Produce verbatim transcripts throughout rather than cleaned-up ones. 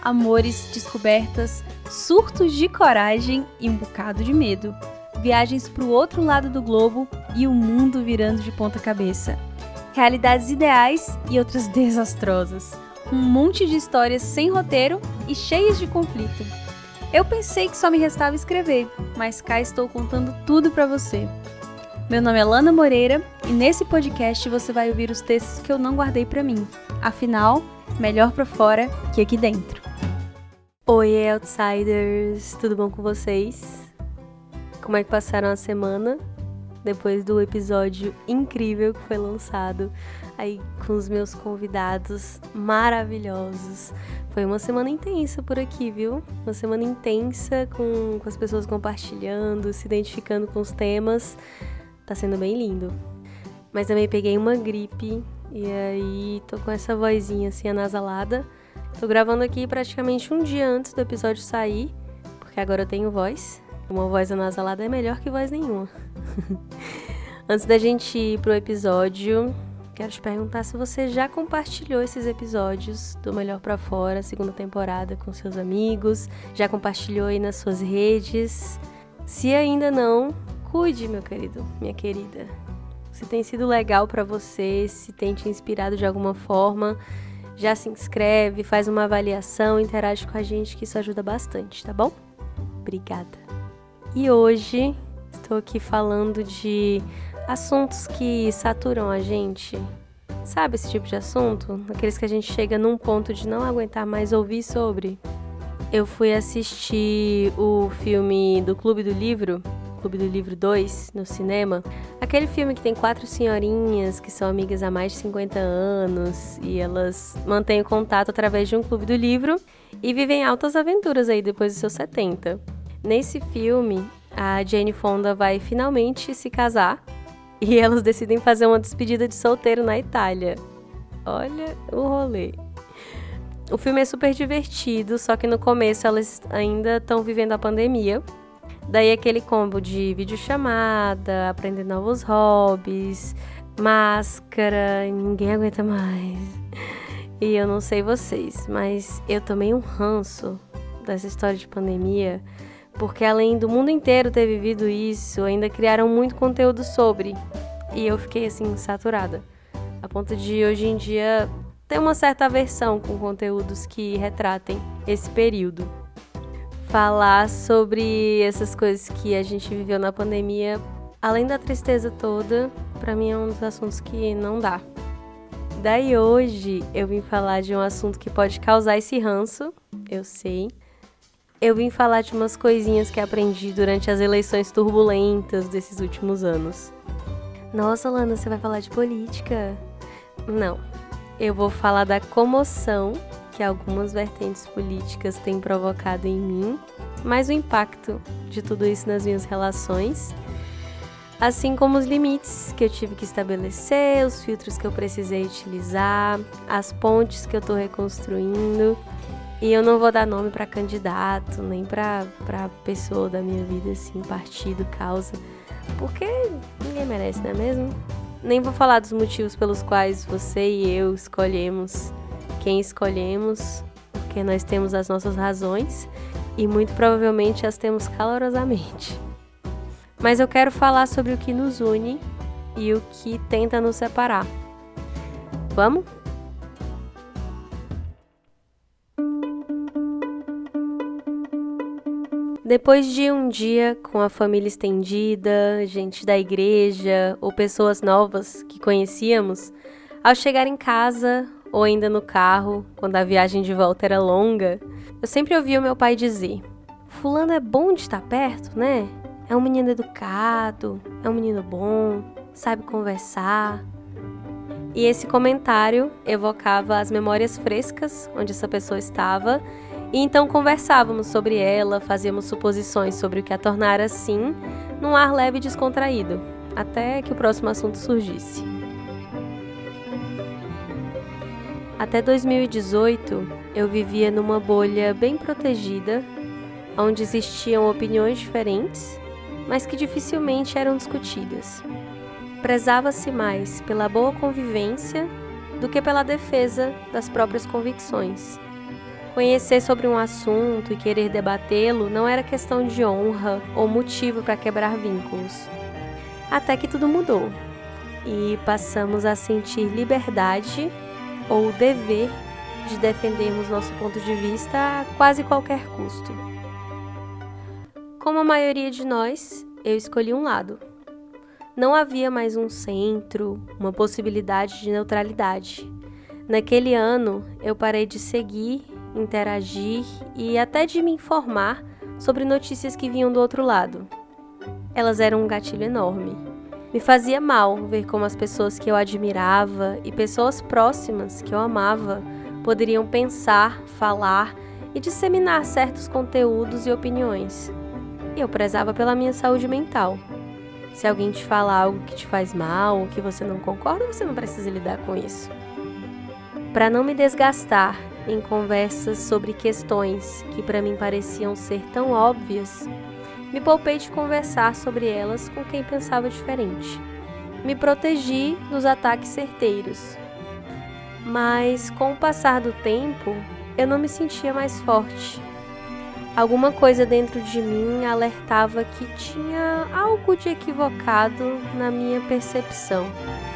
amores, descobertas, surtos de coragem e um bocado de medo. Viagens para o outro lado do globo e o mundo virando de ponta cabeça. Realidades ideais e outras desastrosas. Um monte de histórias sem roteiro e cheias de conflito. Eu pensei que só me restava escrever, mas cá estou contando tudo para você. Meu nome é Lana Moreira e nesse podcast você vai ouvir os textos que eu não guardei para mim. Afinal, melhor para fora que aqui dentro. Oi, Outsiders! Tudo bom com vocês? Como é que passaram a semana? Depois do episódio incrível que foi lançado aí com os meus convidados maravilhosos. Foi uma semana intensa por aqui, viu? Uma semana intensa com, com as pessoas compartilhando, se identificando com os temas. Tá sendo bem lindo. Mas também peguei uma gripe e aí tô com essa vozinha assim anasalada. Tô gravando aqui praticamente um dia antes do episódio sair, porque agora eu tenho voz. Uma voz anasalada é melhor que voz nenhuma. Antes da gente ir pro episódio, quero te perguntar se você já compartilhou esses episódios do Melhor Pra Fora, segunda temporada, com seus amigos, já compartilhou aí nas suas redes. Se ainda não, cuide, meu querido, minha querida. Se tem sido legal pra você, se tem te inspirado de alguma forma, já se inscreve, faz uma avaliação, interage com a gente, que isso ajuda bastante, tá bom? Obrigada. E hoje estou aqui falando de assuntos que saturam a gente. Sabe esse tipo de assunto? Aqueles que a gente chega num ponto de não aguentar mais ouvir sobre. Eu fui assistir o filme do Clube do Livro, Clube do Livro dois, no cinema. Aquele filme que tem quatro senhorinhas que são amigas há mais de cinquenta anos e elas mantêm o contato através de um clube do livro e vivem altas aventuras aí depois dos seus setenta. Nesse filme, a Jane Fonda vai finalmente se casar e elas decidem fazer uma despedida de solteiro na Itália. Olha o rolê. O filme é super divertido, só que no começo elas ainda estão vivendo a pandemia. Daí aquele combo de videochamada, aprender novos hobbies, máscara, ninguém aguenta mais. E eu não sei vocês, mas eu tomei um ranço dessa história de pandemia, porque além do mundo inteiro ter vivido isso, ainda criaram muito conteúdo sobre. E eu fiquei assim, saturada. A ponto de hoje em dia ter uma certa aversão com conteúdos que retratem esse período. Falar sobre essas coisas que a gente viveu na pandemia, além da tristeza toda, pra mim é um dos assuntos que não dá. Daí hoje eu vim falar de um assunto que pode causar esse ranço, eu sei. Eu vim falar de umas coisinhas que aprendi durante as eleições turbulentas desses últimos anos. Nossa, Lana, você vai falar de política? Não. Eu vou falar da comoção que algumas vertentes políticas têm provocado em mim, mas o impacto de tudo isso nas minhas relações, assim como os limites que eu tive que estabelecer, os filtros que eu precisei utilizar, as pontes que eu tô reconstruindo. E eu não vou dar nome para candidato, nem para para pessoa da minha vida, assim, partido, causa, porque ninguém merece, não é mesmo? Nem vou falar dos motivos pelos quais você e eu escolhemos quem escolhemos, porque nós temos as nossas razões e muito provavelmente as temos calorosamente. Mas eu quero falar sobre o que nos une e o que tenta nos separar. Vamos? Depois de um dia com a família estendida, gente da igreja ou pessoas novas que conhecíamos, ao chegar em casa ou ainda no carro, quando a viagem de volta era longa, eu sempre ouvia o meu pai dizer: fulano é bom de estar perto, né? É um menino educado, é um menino bom, sabe conversar. E esse comentário evocava as memórias frescas onde essa pessoa estava. E então conversávamos sobre ela, fazíamos suposições sobre o que a tornara assim, num ar leve e descontraído, até que o próximo assunto surgisse. Até dois mil e dezoito, eu vivia numa bolha bem protegida, onde existiam opiniões diferentes, mas que dificilmente eram discutidas. Prezava-se mais pela boa convivência do que pela defesa das próprias convicções. Conhecer sobre um assunto e querer debatê-lo não era questão de honra ou motivo para quebrar vínculos. Até que tudo mudou e passamos a sentir liberdade ou dever de defendermos nosso ponto de vista a quase qualquer custo. Como a maioria de nós, eu escolhi um lado. Não havia mais um centro, uma possibilidade de neutralidade. Naquele ano, eu parei de seguir, interagir e até de me informar sobre notícias que vinham do outro lado. Elas eram um gatilho enorme. Me fazia mal ver como as pessoas que eu admirava e pessoas próximas que eu amava poderiam pensar, falar e disseminar certos conteúdos e opiniões. E eu prezava pela minha saúde mental. Se alguém te fala algo que te faz mal ou que você não concorda, você não precisa lidar com isso. Para não me desgastar em conversas sobre questões que para mim pareciam ser tão óbvias, me poupei de conversar sobre elas com quem pensava diferente. Me protegi dos ataques certeiros. Mas, com o passar do tempo, eu não me sentia mais forte. Alguma coisa dentro de mim alertava que tinha algo de equivocado na minha percepção.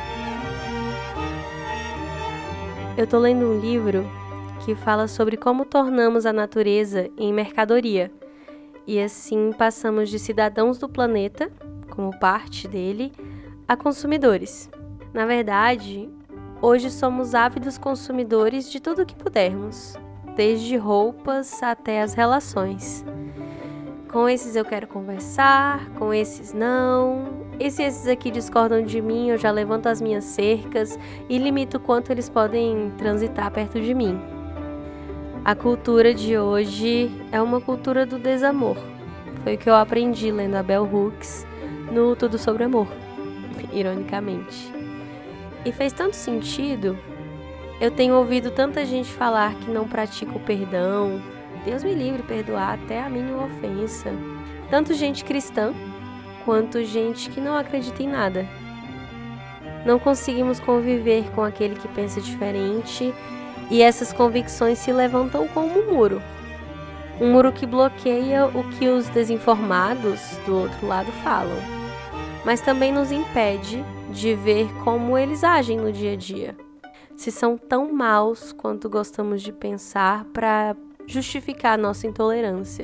Eu tô lendo um livro que fala sobre como tornamos a natureza em mercadoria e assim passamos de cidadãos do planeta, como parte dele, a consumidores. Na verdade, hoje somos ávidos consumidores de tudo o que pudermos, desde roupas até as relações. Com esses eu quero conversar, com esses não. E se esses aqui discordam de mim, eu já levanto as minhas cercas e limito o quanto eles podem transitar perto de mim. A cultura de hoje é uma cultura do desamor. Foi o que eu aprendi lendo a Bell Hooks no Tudo Sobre Amor, ironicamente. E fez tanto sentido. Eu tenho ouvido tanta gente falar que não pratica o perdão. Deus me livre perdoar até a mínima ofensa. Tanto gente cristã, quanto gente que não acredita em nada. Não conseguimos conviver com aquele que pensa diferente e essas convicções se levantam como um muro. Um muro que bloqueia o que os desinformados do outro lado falam, mas também nos impede de ver como eles agem no dia a dia. Se são tão maus quanto gostamos de pensar para justificar nossa intolerância.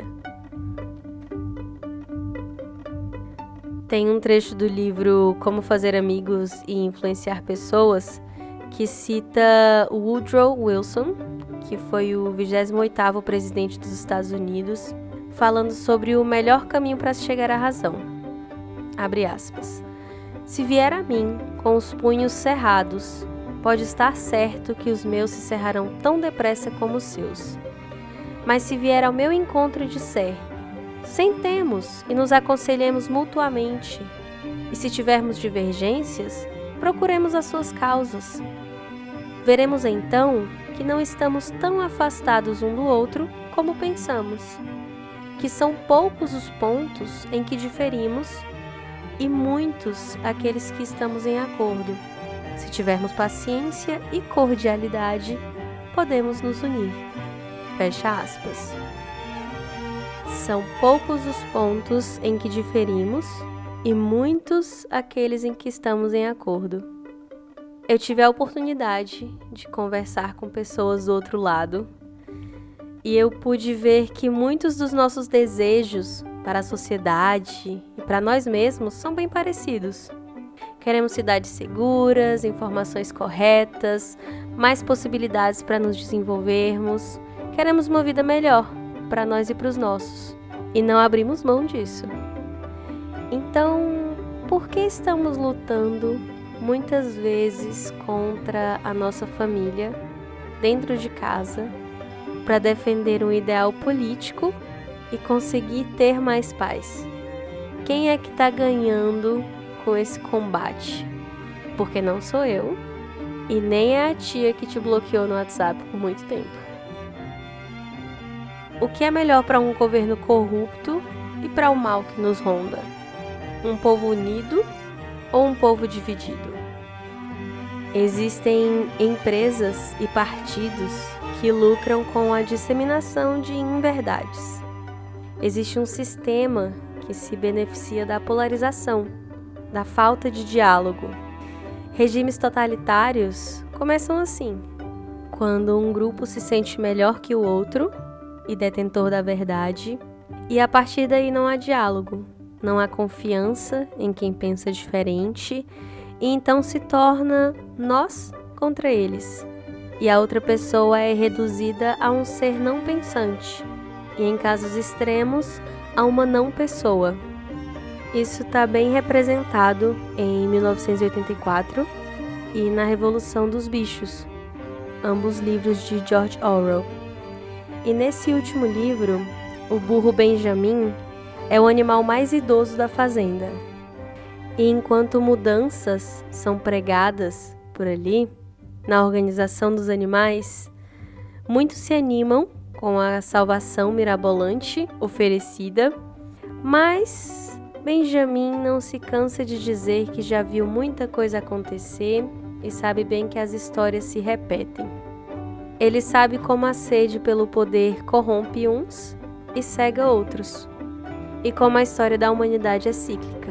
Tem um trecho do livro Como Fazer Amigos e Influenciar Pessoas que cita o Woodrow Wilson, que foi o vigésimo oitavo presidente dos Estados Unidos, falando sobre o melhor caminho para chegar à razão. Abre aspas. Se vier a mim com os punhos cerrados, pode estar certo que os meus se cerrarão tão depressa como os seus. Mas se vier ao meu encontro e disser, sentemos e nos aconselhemos mutuamente, e se tivermos divergências, procuremos as suas causas. Veremos então que não estamos tão afastados um do outro como pensamos, que são poucos os pontos em que diferimos e muitos aqueles que estamos em acordo. Se tivermos paciência e cordialidade, podemos nos unir. Fecha aspas. São poucos os pontos em que diferimos e muitos aqueles em que estamos em acordo. Eu tive a oportunidade de conversar com pessoas do outro lado e eu pude ver que muitos dos nossos desejos para a sociedade e para nós mesmos são bem parecidos. Queremos cidades seguras, informações corretas, mais possibilidades para nos desenvolvermos. Queremos uma vida melhor para nós e para os nossos. E não abrimos mão disso. Então, por que estamos lutando muitas vezes contra a nossa família, dentro de casa, para defender um ideal político e conseguir ter mais paz? Quem é que está ganhando com esse combate? Porque não sou eu e nem é a tia que te bloqueou no WhatsApp por muito tempo. O que é melhor para um governo corrupto e para o mal que nos ronda? Um povo unido ou um povo dividido? Existem empresas e partidos que lucram com a disseminação de inverdades. Existe um sistema que se beneficia da polarização, da falta de diálogo. Regimes totalitários começam assim, quando um grupo se sente melhor que o outro e detentor da verdade, e a partir daí não há diálogo, não há confiança em quem pensa diferente, e então se torna nós contra eles. E a outra pessoa é reduzida a um ser não pensante, e em casos extremos, a uma não pessoa. Isso está bem representado em mil novecentos e oitenta e quatro e na Revolução dos Bichos, ambos livros de George Orwell. E nesse último livro, o burro Benjamin é o animal mais idoso da fazenda. E enquanto mudanças são pregadas por ali, na organização dos animais, muitos se animam com a salvação mirabolante oferecida, mas Benjamin não se cansa de dizer que já viu muita coisa acontecer e sabe bem que as histórias se repetem. Ele sabe como a sede pelo poder corrompe uns e cega outros, e como a história da humanidade é cíclica.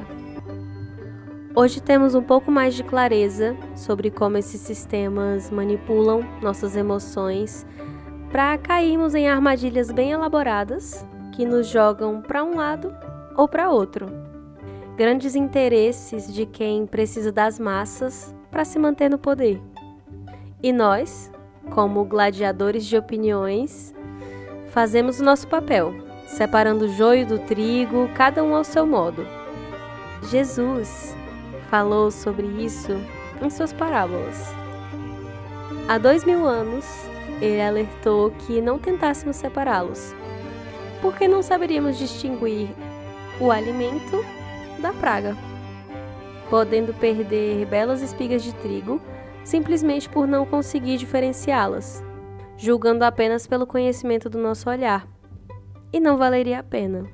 Hoje temos um pouco mais de clareza sobre como esses sistemas manipulam nossas emoções para cairmos em armadilhas bem elaboradas que nos jogam para um lado ou para outro. Grandes interesses de quem precisa das massas para se manter no poder. E nós, como gladiadores de opiniões, fazemos o nosso papel, separando o joio do trigo, cada um ao seu modo. Jesus falou sobre isso em suas parábolas. Há dois mil anos, ele alertou que não tentássemos separá-los, porque não saberíamos distinguir o alimento da praga, podendo perder belas espigas de trigo simplesmente por não conseguir diferenciá-las, julgando apenas pelo conhecimento do nosso olhar. E não valeria a pena.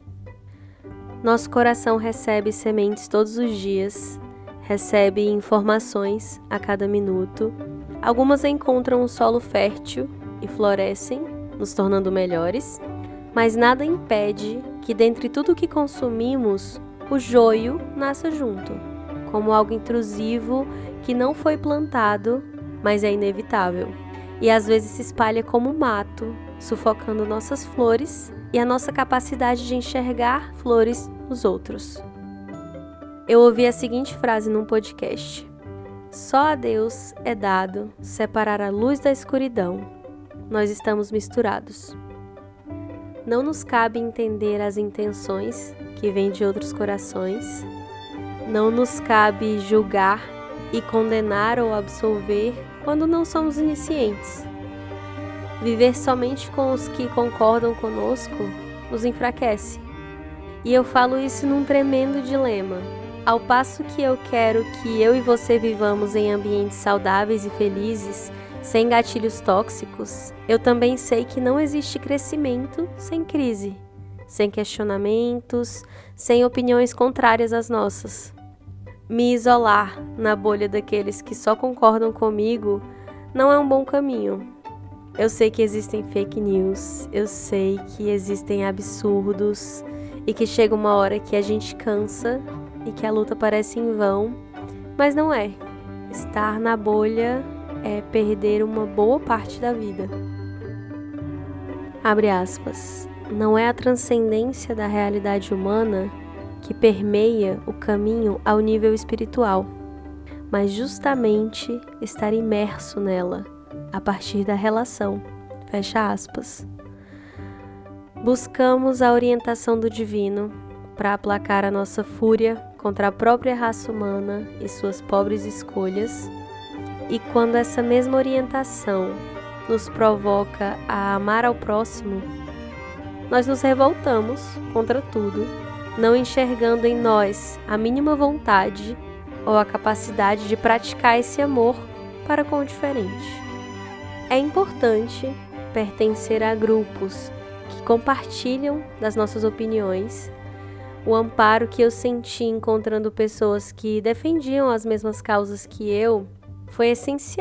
Nosso coração recebe sementes todos os dias, recebe informações a cada minuto. Algumas encontram um solo fértil e florescem, nos tornando melhores, mas nada impede que dentre tudo que consumimos, o joio nasça junto, como algo intrusivo que não foi plantado, mas é inevitável. E às vezes se espalha como mato, sufocando nossas flores e a nossa capacidade de enxergar flores nos outros. Eu ouvi a seguinte frase num podcast: só a Deus é dado separar a luz da escuridão. Nós estamos misturados. Não nos cabe entender as intenções que vêm de outros corações. Não nos cabe julgar e condenar ou absolver quando não somos oniscientes. Viver somente com os que concordam conosco nos enfraquece. E eu falo isso num tremendo dilema. Ao passo que eu quero que eu e você vivamos em ambientes saudáveis e felizes, sem gatilhos tóxicos, eu também sei que não existe crescimento sem crise, sem questionamentos, sem opiniões contrárias às nossas. Me isolar na bolha daqueles que só concordam comigo não é um bom caminho. Eu sei que existem fake news, eu sei que existem absurdos e que chega uma hora que a gente cansa e que a luta parece em vão, mas não é. Estar na bolha é perder uma boa parte da vida. Abre aspas. Não é a transcendência da realidade humana que permeia o caminho ao nível espiritual, mas justamente estar imerso nela, a partir da relação. Fecha aspas. Buscamos a orientação do divino para aplacar a nossa fúria contra a própria raça humana e suas pobres escolhas, e quando essa mesma orientação nos provoca a amar ao próximo, nós nos revoltamos contra tudo, não enxergando em nós a mínima vontade ou a capacidade de praticar esse amor para com o diferente. É importante pertencer a grupos que compartilham das nossas opiniões. O amparo que eu senti encontrando pessoas que defendiam as mesmas causas que eu foi essencial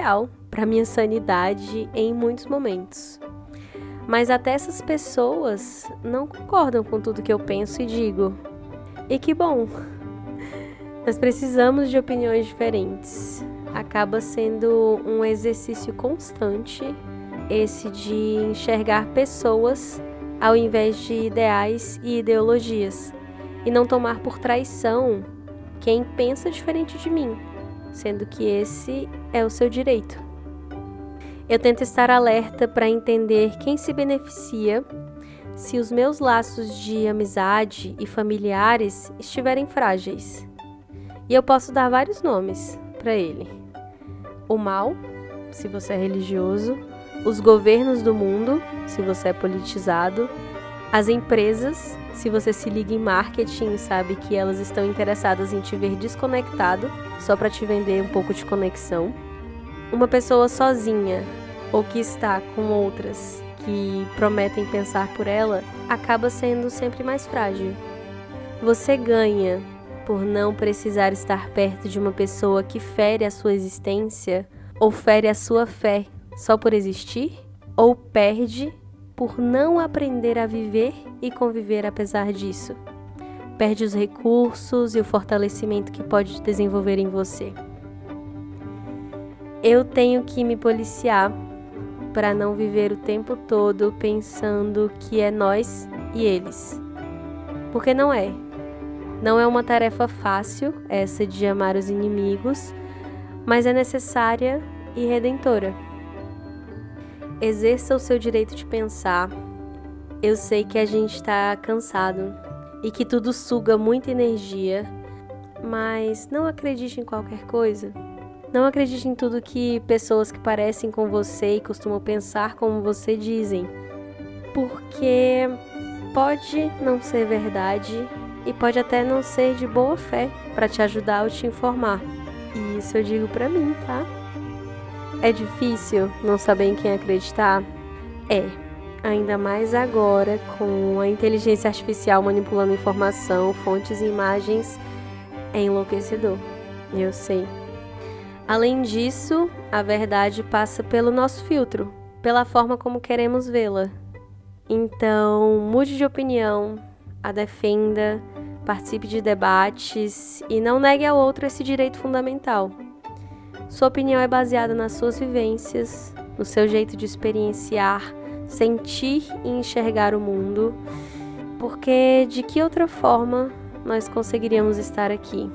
para minha sanidade em muitos momentos. Mas até essas pessoas não concordam com tudo que eu penso e digo. E que bom! Nós precisamos de opiniões diferentes. Acaba sendo um exercício constante esse de enxergar pessoas ao invés de ideais e ideologias, e não tomar por traição quem pensa diferente de mim, sendo que esse é o seu direito. Eu tento estar alerta para entender quem se beneficia se os meus laços de amizade e familiares estiverem frágeis. E eu posso dar vários nomes para ele. O mal, se você é religioso, os governos do mundo, se você é politizado, as empresas, se você se liga em marketing e sabe que elas estão interessadas em te ver desconectado, só para te vender um pouco de conexão, uma pessoa sozinha ou que está com outras que prometem pensar por ela, acaba sendo sempre mais frágil. Você ganha por não precisar estar perto de uma pessoa que fere a sua existência ou fere a sua fé só por existir, ou perde por não aprender a viver e conviver apesar disso. Perde os recursos e o fortalecimento que pode desenvolver em você. Eu tenho que me policiar para não viver o tempo todo pensando que é nós e eles. Porque não é. Não é uma tarefa fácil, essa de amar os inimigos, mas é necessária e redentora. Exerça o seu direito de pensar. Eu sei que a gente está cansado e que tudo suga muita energia, mas não acredite em qualquer coisa. Não acredite em tudo que pessoas que parecem com você e costumam pensar como você dizem, porque pode não ser verdade e pode até não ser de boa fé para te ajudar ou te informar. E isso eu digo pra mim, tá? É difícil não saber em quem acreditar? É, ainda mais agora com a inteligência artificial manipulando informação, fontes e imagens, é enlouquecedor, eu sei. Além disso, a verdade passa pelo nosso filtro, pela forma como queremos vê-la. Então, mude de opinião, a defenda, participe de debates e não negue ao outro esse direito fundamental. Sua opinião é baseada nas suas vivências, no seu jeito de experienciar, sentir e enxergar o mundo, porque de que outra forma nós conseguiríamos estar aqui?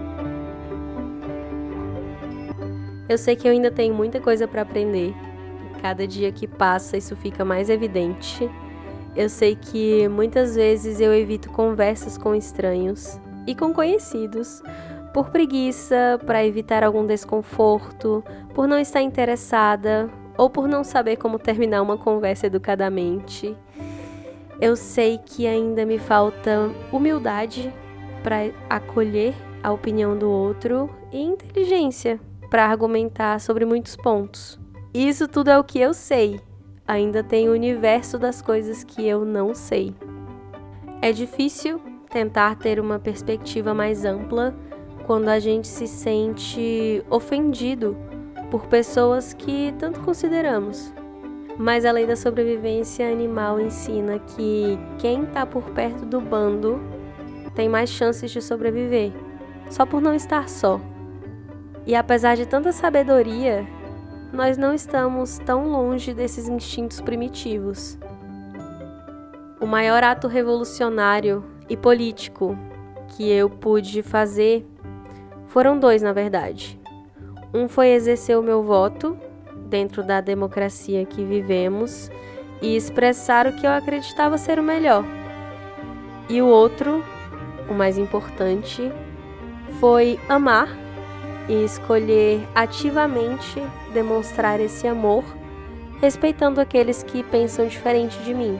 Eu sei que eu ainda tenho muita coisa para aprender. Cada dia que passa isso fica mais evidente. Eu sei que muitas vezes eu evito conversas com estranhos e com conhecidos por preguiça, para evitar algum desconforto, por não estar interessada ou por não saber como terminar uma conversa educadamente. Eu sei que ainda me falta humildade para acolher a opinião do outro e inteligência para argumentar sobre muitos pontos. Isso tudo é o que eu sei. Ainda tem o universo das coisas que eu não sei. É difícil tentar ter uma perspectiva mais ampla quando a gente se sente ofendido por pessoas que tanto consideramos. Mas a lei da sobrevivência animal ensina que quem está por perto do bando tem mais chances de sobreviver, só por não estar só. E apesar de tanta sabedoria, nós não estamos tão longe desses instintos primitivos. O maior ato revolucionário e político que eu pude fazer foram dois, na verdade. Um foi exercer o meu voto dentro da democracia que vivemos e expressar o que eu acreditava ser o melhor. E o outro, o mais importante, foi amar e escolher ativamente demonstrar esse amor, respeitando aqueles que pensam diferente de mim.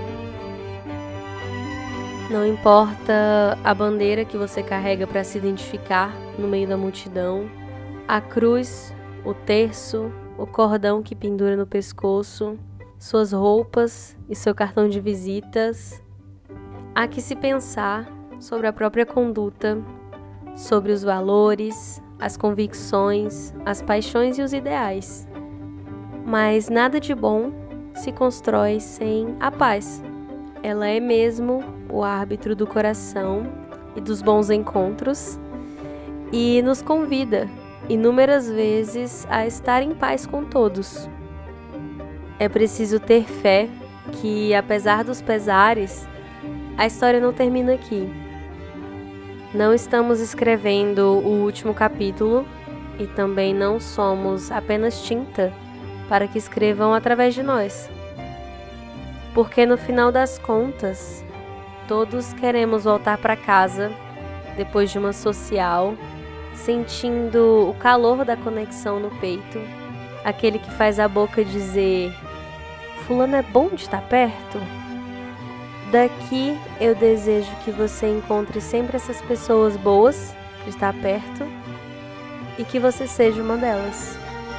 Não importa a bandeira que você carrega para se identificar no meio da multidão, a cruz, o terço, o cordão que pendura no pescoço, suas roupas e seu cartão de visitas. Há que se pensar sobre a própria conduta, sobre os valores, as convicções, as paixões e os ideais. mas nada de bom se constrói sem a paz. Ela é mesmo o árbitro do coração e dos bons encontros e nos convida inúmeras vezes a estar em paz com todos. É preciso ter fé que, apesar dos pesares, a história não termina aqui. Não estamos escrevendo o último capítulo e também não somos apenas tinta para que escrevam através de nós. Porque no final das contas, todos queremos voltar para casa depois de uma social, sentindo o calor da conexão no peito, aquele que faz a boca dizer: fulano é bom de estar perto? Daqui eu desejo que você encontre sempre essas pessoas boas de estar perto e que você seja uma delas.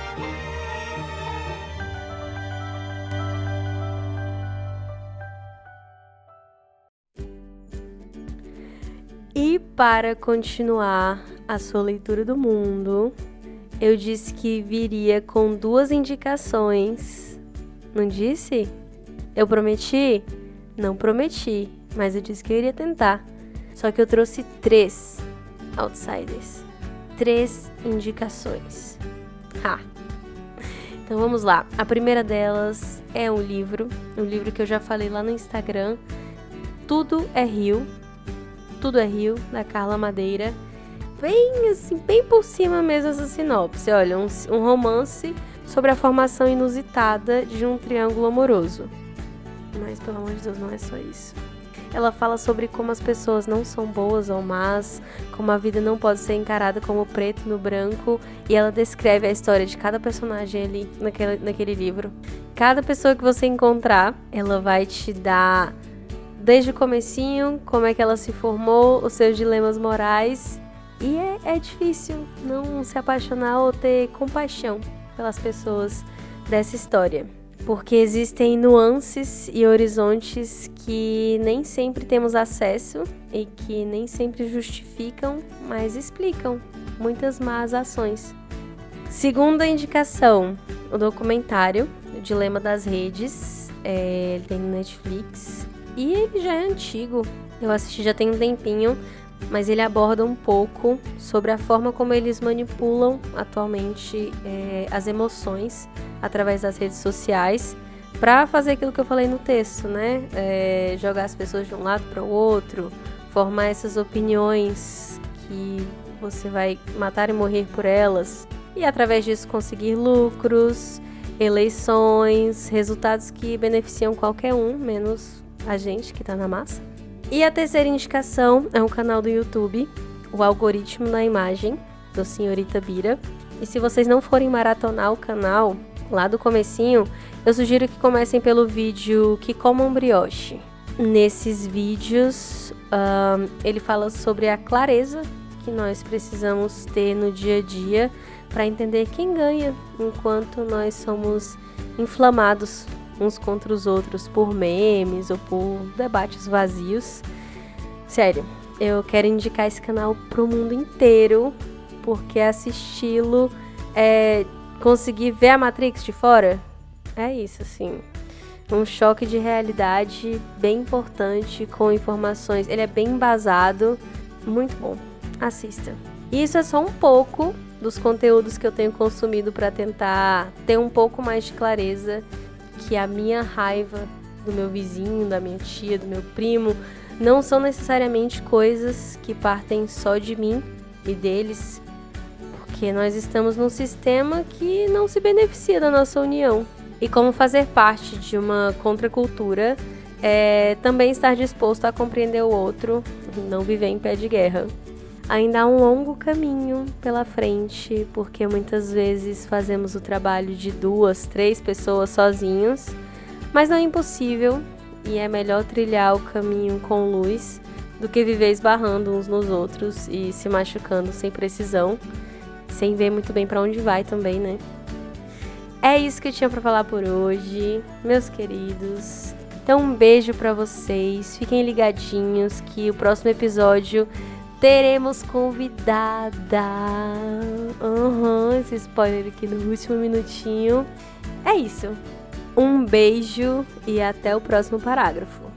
E para continuar a sua leitura do mundo, eu disse que viria com duas indicações. Não disse? Eu prometi? Não prometi, mas eu disse que eu iria tentar. Só que eu trouxe três outsiders. Três indicações. Ha! Então vamos lá. A primeira delas é um livro. Um livro que eu já falei lá no Instagram. Tudo é Rio. Tudo é Rio, da Carla Madeira. Bem assim, bem por cima mesmo essa sinopse. Olha, um, um romance sobre a formação inusitada de um triângulo amoroso. Mas, pelo amor de Deus, não é só isso. Ela fala sobre como as pessoas não são boas ou más, como a vida não pode ser encarada como preto no branco, e ela descreve a história de cada personagem ali naquele, naquele livro. Cada pessoa que você encontrar, ela vai te dar, desde o comecinho, como é que ela se formou, os seus dilemas morais, e é, é difícil não se apaixonar ou ter compaixão pelas pessoas dessa história. Porque existem nuances e horizontes que nem sempre temos acesso e que nem sempre justificam, mas explicam muitas más ações. Segunda indicação, o documentário O Dilema das Redes. É, ele tem no Netflix e ele já é antigo. Eu assisti já tem um tempinho, mas ele aborda um pouco sobre a forma como eles manipulam atualmente é, as emoções através das redes sociais para fazer aquilo que eu falei no texto, né? É, jogar as pessoas de um lado para o outro, formar essas opiniões que você vai matar e morrer por elas e através disso conseguir lucros, eleições, resultados que beneficiam qualquer um, menos a gente que tá na massa. E a terceira indicação é um canal do YouTube, O Algoritmo da Imagem, do Senhorita Bira. E se vocês não forem maratonar o canal, lá do comecinho, eu sugiro que comecem pelo vídeo Que Comam Brioche. Nesses vídeos, um, ele fala sobre a clareza que nós precisamos ter no dia a dia para entender quem ganha, enquanto nós somos inflamados uns contra os outros por memes ou por debates vazios. Sério, eu quero indicar esse canal pro mundo inteiro, porque assisti-lo é conseguir ver a Matrix de fora. É isso, assim. Um choque de realidade bem importante, com informações. Ele é bem embasado, muito bom. Assista. E isso é só um pouco dos conteúdos que eu tenho consumido para tentar ter um pouco mais de clareza que a minha raiva do meu vizinho, da minha tia, do meu primo, não são necessariamente coisas que partem só de mim e deles, porque nós estamos num sistema que não se beneficia da nossa união. E como fazer parte de uma contracultura é também estar disposto a compreender o outro e não viver em pé de guerra. Ainda há um longo caminho pela frente, porque muitas vezes fazemos o trabalho de duas, três pessoas sozinhos, mas não é impossível e é melhor trilhar o caminho com luz do que viver esbarrando uns nos outros e se machucando sem precisão, sem ver muito bem para onde vai também, né? É isso que eu tinha para falar por hoje, meus queridos. Então um beijo para vocês, fiquem ligadinhos que o próximo episódio teremos convidada. Uhum, esse spoiler aqui no último minutinho. É isso. Um beijo e até o próximo parágrafo.